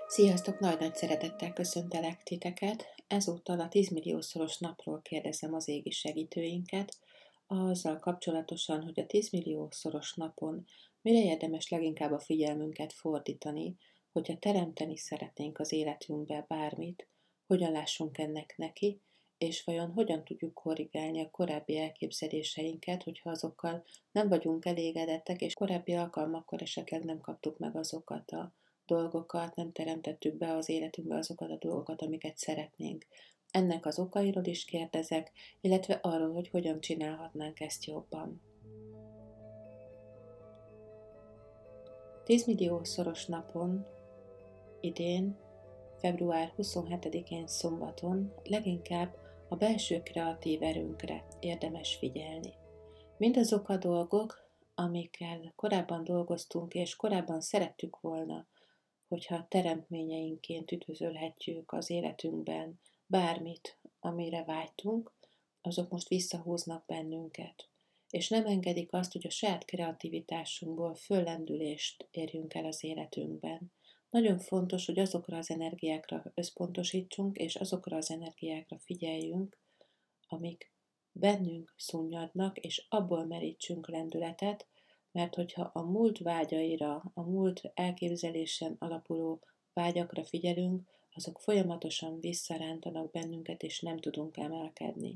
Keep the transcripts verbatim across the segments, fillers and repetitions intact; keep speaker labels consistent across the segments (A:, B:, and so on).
A: Sziasztok! Nagy-nagy szeretettel köszöntelek titeket. Ezúttal a tízmilliószoros napról kérdezem az égi segítőinket, azzal kapcsolatosan, hogy a tízmilliószoros napon mire érdemes leginkább a figyelmünket fordítani, hogyha teremteni szeretnénk az életünkbe bármit, hogyan lássunk ennek neki, és vajon hogyan tudjuk korrigálni a korábbi elképzeléseinket, hogyha azokkal nem vagyunk elégedettek, és korábbi alkalmakkor esetleg nem kaptuk meg azokat a dolgokat, nem teremtettük be az életünkbe azokat a dolgokat, amiket szeretnénk. Ennek az okairól is kérdezek, illetve arról, hogy hogyan csinálhatnánk ezt jobban. tízmilliószoros napon, idén, február huszonhetedikén szombaton leginkább a belső kreatív erőnkre érdemes figyelni. Mindazok a dolgok, amikkel korábban dolgoztunk, és korábban szerettük volna, hogyha teremtményeinként üdvözölhetjük az életünkben bármit, amire vágytunk, azok most visszahúznak bennünket, és nem engedik azt, hogy a saját kreativitásunkból föllendülést érjünk el az életünkben. Nagyon fontos, hogy azokra az energiákra összpontosítsunk, és azokra az energiákra figyeljünk, amik bennünk szunnyadnak, és abból merítsünk lendületet, mert hogyha a múlt vágyaira, a múlt elképzelésen alapuló vágyakra figyelünk, azok folyamatosan visszarántanak bennünket, és nem tudunk emelkedni.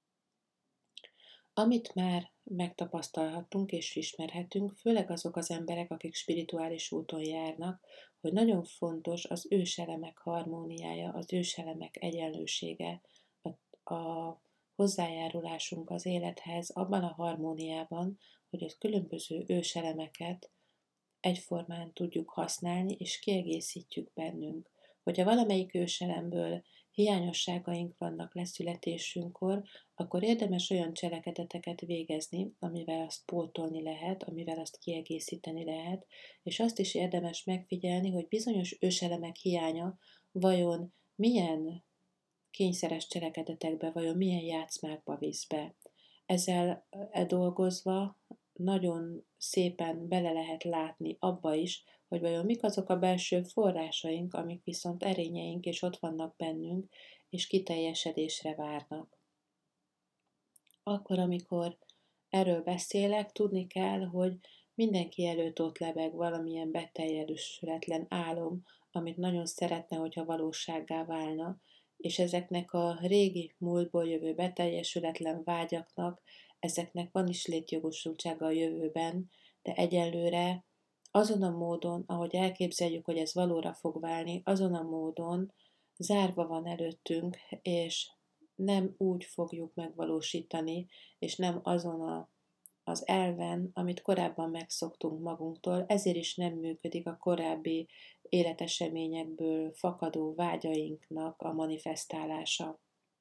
A: Amit már megtapasztalhattunk és ismerhetünk, főleg azok az emberek, akik spirituális úton járnak, hogy nagyon fontos az őselemek harmóniája, az őselemek egyenlősége, a, a hozzájárulásunk az élethez abban a harmóniában, hogy az különböző őselemeket egyformán tudjuk használni, és kiegészítjük bennünk. Hogyha valamelyik őselemből hiányosságaink vannak leszületésünkkor, akkor érdemes olyan cselekedeteket végezni, amivel azt pótolni lehet, amivel azt kiegészíteni lehet, és azt is érdemes megfigyelni, hogy bizonyos őselemek hiánya vajon milyen kényszeres cselekedetekbe, vajon milyen játszmákba visz be. Ezzel e dolgozva nagyon szépen bele lehet látni abba is, hogy vajon mik azok a belső forrásaink, amik viszont erényeink, és ott vannak bennünk, és kiteljesedésre várnak. Akkor, amikor erről beszélek, tudni kell, hogy mindenki előtt ott lebeg valamilyen beteljesületlen álom, amit nagyon szeretne, hogyha valósággá válna, és ezeknek a régi múltból jövő beteljesületlen vágyaknak, ezeknek van is létjogosultsága a jövőben, de egyelőre azon a módon, ahogy elképzeljük, hogy ez valóra fog válni, azon a módon zárva van előttünk, és nem úgy fogjuk megvalósítani, és nem azon a, az elven, amit korábban megszoktunk magunktól, ezért is nem működik a korábbi életeseményekből fakadó vágyainknak a manifestálása.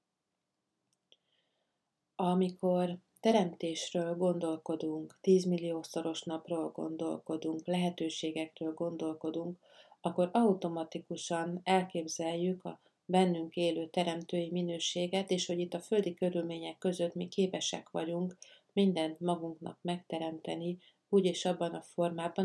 A: Amikor teremtésről gondolkodunk, tízmilliószoros napról gondolkodunk, lehetőségekről gondolkodunk, akkor automatikusan elképzeljük a bennünk élő teremtői minőséget, és hogy itt a földi körülmények között mi képesek vagyunk mindent magunknak megteremteni, úgyis abban a formában,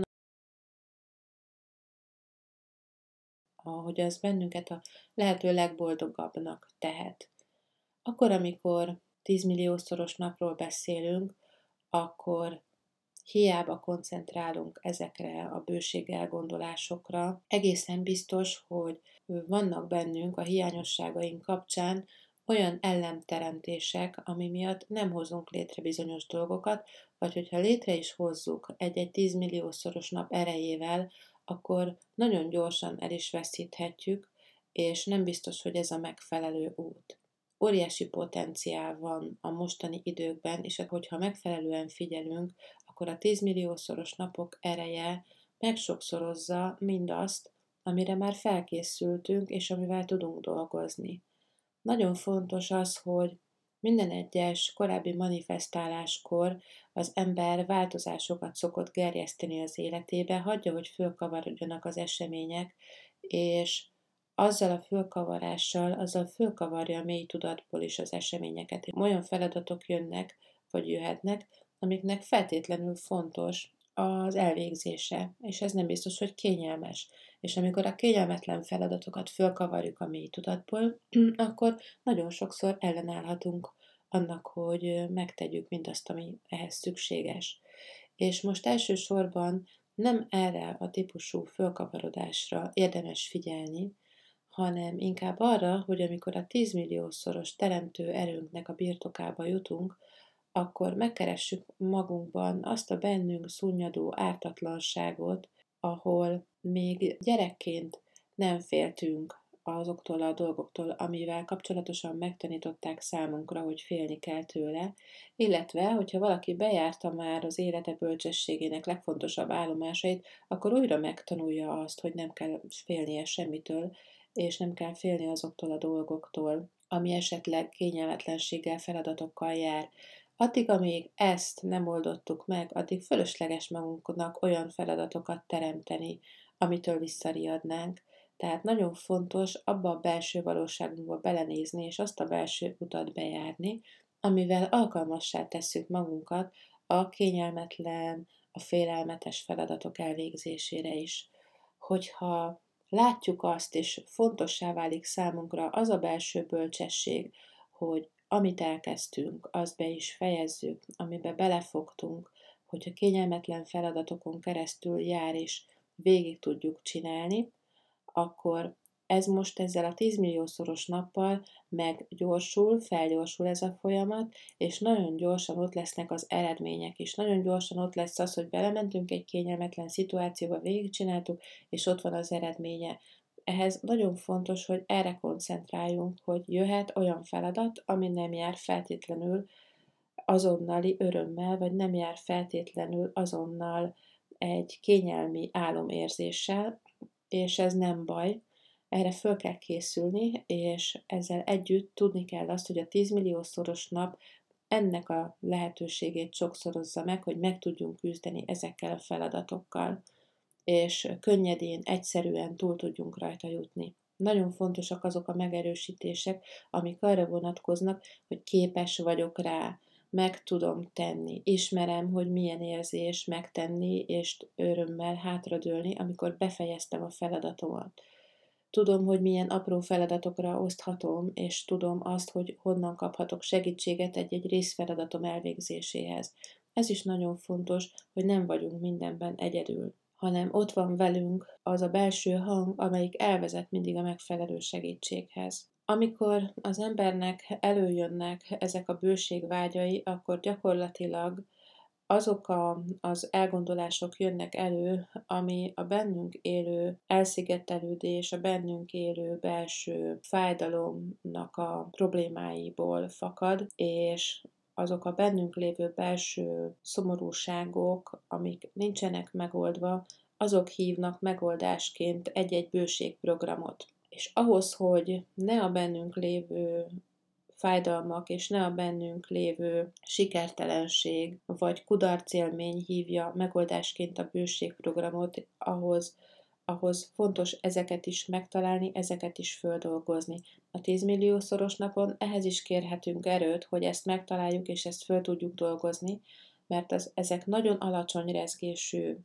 A: ahogy az bennünket a lehető legboldogabbnak tehet. Akkor, amikor tízmilliószoros napról beszélünk, akkor hiába koncentrálunk ezekre a bőség elgondolásokra. Egészen biztos, hogy vannak bennünk a hiányosságaink kapcsán olyan ellenteremtések, ami miatt nem hozunk létre bizonyos dolgokat, vagy hogyha létre is hozzuk egy-egy tízmilliószoros nap erejével, akkor nagyon gyorsan el is veszíthetjük, és nem biztos, hogy ez a megfelelő út. Óriási potenciál van a mostani időkben, és hogyha megfelelően figyelünk, akkor a tízmilliószoros napok ereje megsokszorozza mindazt, amire már felkészültünk, és amivel tudunk dolgozni. Nagyon fontos az, hogy minden egyes korábbi manifestáláskor az ember változásokat szokott gerjeszteni az életébe, hagyja, hogy fölkavarodjanak az események, és azzal a fölkavarással, azzal fölkavarja a mély tudatból is az eseményeket. Olyan feladatok jönnek, vagy jöhetnek, amiknek feltétlenül fontos az elvégzése, és ez nem biztos, hogy kényelmes. És amikor a kényelmetlen feladatokat fölkavarjuk a mély tudatból, akkor nagyon sokszor ellenállhatunk annak, hogy megtegyük mindazt, ami ehhez szükséges. És most elsősorban nem erre a típusú fölkavarodásra érdemes figyelni, hanem inkább arra, hogy amikor a tízmilliószoros teremtő erőnknek a birtokába jutunk, akkor megkeressük magunkban azt a bennünk szunnyadó ártatlanságot, ahol még gyerekként nem féltünk azoktól a dolgoktól, amivel kapcsolatosan megtanították számunkra, hogy félni kell tőle, illetve, hogyha valaki bejárta már az élete bölcsességének legfontosabb állomásait, akkor újra megtanulja azt, hogy nem kell félnie semmitől, és nem kell félni azoktól a dolgoktól, ami esetleg kényelmetlenséggel, feladatokkal jár. Addig, amíg ezt nem oldottuk meg, addig fölösleges magunknak olyan feladatokat teremteni, amitől visszariadnánk. Tehát nagyon fontos abba a belső valóságunkba belenézni, és azt a belső utat bejárni, amivel alkalmassá tesszük magunkat a kényelmetlen, a félelmetes feladatok elvégzésére is. Hogyha látjuk azt, és fontossá válik számunkra az a belső bölcsesség, hogy amit elkezdtünk, azt be is fejezzük, amibe belefogtunk, hogyha kényelmetlen feladatokon keresztül jár és végig tudjuk csinálni, akkor ez most ezzel a tízmilliószoros nappal meggyorsul, felgyorsul ez a folyamat, és nagyon gyorsan ott lesznek az eredmények is. Nagyon gyorsan ott lesz az, hogy belementünk egy kényelmetlen szituációba, végigcsináltuk, és ott van az eredménye. Ehhez nagyon fontos, hogy erre koncentráljunk, hogy jöhet olyan feladat, ami nem jár feltétlenül azonnali örömmel, vagy nem jár feltétlenül azonnal egy kényelmi álomérzéssel, és ez nem baj, erre föl kell készülni, és ezzel együtt tudni kell azt, hogy a tízmilliószoros nap ennek a lehetőségét sokszorozza meg, hogy meg tudjunk küzdeni ezekkel a feladatokkal, és könnyedén, egyszerűen túl tudjunk rajta jutni. Nagyon fontosak azok a megerősítések, amik arra vonatkoznak, hogy képes vagyok rá, meg tudom tenni, ismerem, hogy milyen érzés megtenni, és örömmel hátradőlni, amikor befejeztem a feladatomat. Tudom, hogy milyen apró feladatokra oszthatom, és tudom azt, hogy honnan kaphatok segítséget egy-egy részfeladatom elvégzéséhez. Ez is nagyon fontos, hogy nem vagyunk mindenben egyedül, hanem ott van velünk az a belső hang, amelyik elvezet mindig a megfelelő segítséghez. Amikor az embernek előjönnek ezek a bőségvágyai, akkor gyakorlatilag azok a, az elgondolások jönnek elő, ami a bennünk élő elszigetelődés, a bennünk élő belső fájdalomnak a problémáiból fakad, és azok a bennünk lévő belső szomorúságok, amik nincsenek megoldva, azok hívnak megoldásként egy-egy bőségprogramot. És ahhoz, hogy ne a bennünk lévő fájdalmak, és ne a bennünk lévő sikertelenség vagy kudarcélmény hívja megoldásként a bőségprogramot, ahhoz, ahhoz fontos ezeket is megtalálni, ezeket is földolgozni. A tízmilliószoros napon ehhez is kérhetünk erőt, hogy ezt megtaláljuk, és ezt föl tudjuk dolgozni, mert az, ezek nagyon alacsony rezgésű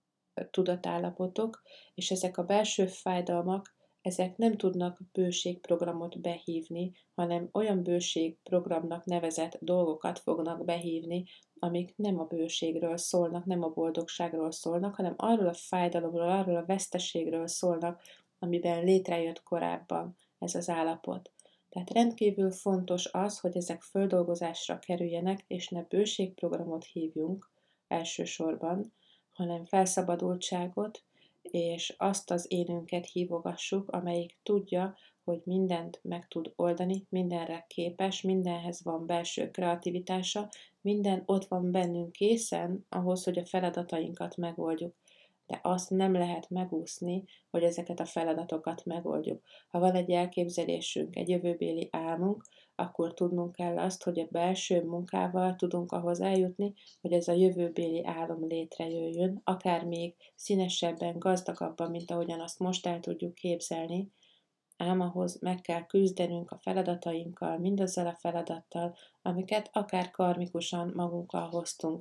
A: tudatállapotok, és ezek a belső fájdalmak, ezek nem tudnak bőségprogramot behívni, hanem olyan bőségprogramnak nevezett dolgokat fognak behívni, amik nem a bőségről szólnak, nem a boldogságról szólnak, hanem arról a fájdalomról, arról a veszteségről szólnak, amiben létrejött korábban ez az állapot. Tehát rendkívül fontos az, hogy ezek földolgozásra kerüljenek, és ne bőségprogramot hívjunk elsősorban, hanem felszabadultságot, és azt az énünket hívogassuk, amelyik tudja, hogy mindent meg tud oldani, mindenre képes, mindenhez van belső kreativitása, minden ott van bennünk készen ahhoz, hogy a feladatainkat megoldjuk. De azt nem lehet megúszni, hogy ezeket a feladatokat megoldjuk. Ha van egy elképzelésünk, egy jövőbéli álmunk, akkor tudnunk kell azt, hogy a belső munkával tudunk ahhoz eljutni, hogy ez a jövőbéli álom létrejöjjön, akár még színesebben, gazdagabban, mint ahogyan azt most el tudjuk képzelni, ám ahhoz meg kell küzdenünk a feladatainkkal, mindazzal a feladattal, amiket akár karmikusan magunkkal hoztunk.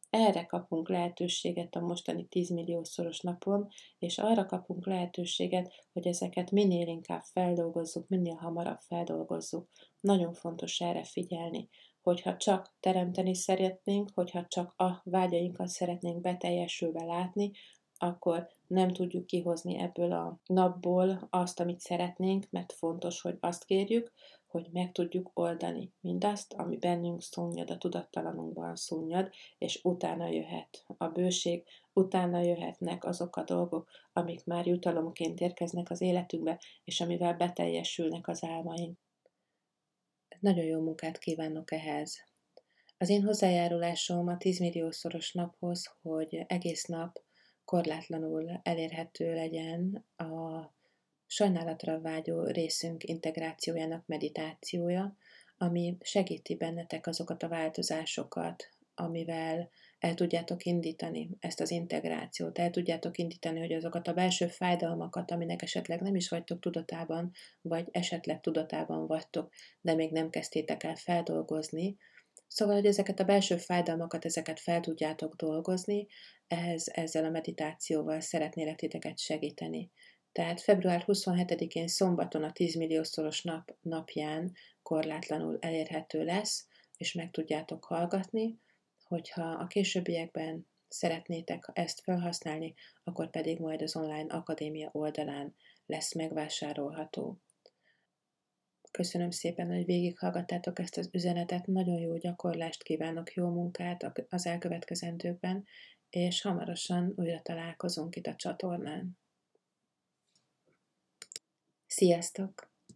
A: Erre kapunk lehetőséget a mostani tízmilliószoros napon, és arra kapunk lehetőséget, hogy ezeket minél inkább feldolgozzuk, minél hamarabb feldolgozzuk. Nagyon fontos erre figyelni, hogyha csak teremteni szeretnénk, hogyha csak a vágyainkat szeretnénk beteljesülve látni, akkor nem tudjuk kihozni ebből a napból azt, amit szeretnénk, mert fontos, hogy azt kérjük, hogy meg tudjuk oldani mindazt, ami bennünk szunnyad, a tudattalanunkban szunnyad, és utána jöhet a bőség, utána jöhetnek azok a dolgok, amik már jutalomként érkeznek az életünkbe, és amivel beteljesülnek az álmaink. Nagyon jó munkát kívánok ehhez! Az én hozzájárulásom a tízmilliószoros naphoz, hogy egész nap korlátlanul elérhető legyen a sajnálatra vágyó részünk integrációjának meditációja, ami segíti bennetek azokat a változásokat, amivel el tudjátok indítani ezt az integrációt, el tudjátok indítani, hogy azokat a belső fájdalmakat, aminek esetleg nem is vagytok tudatában, vagy esetleg tudatában vagytok, de még nem kezdtétek el feldolgozni. Szóval, hogy ezeket a belső fájdalmakat, ezeket fel tudjátok dolgozni, ehhez ezzel a meditációval szeretnélek titeket segíteni. Tehát február huszonhetedikén szombaton a tízmilliószoros nap napján korlátlanul elérhető lesz, és meg tudjátok hallgatni, hogyha a későbbiekben szeretnétek ezt felhasználni, akkor pedig majd az online akadémia oldalán lesz megvásárolható. Köszönöm szépen, hogy végighallgattátok ezt az üzenetet, nagyon jó gyakorlást kívánok, jó munkát az elkövetkezendőkben, és hamarosan újra találkozunk itt a csatornán. Sziasztok!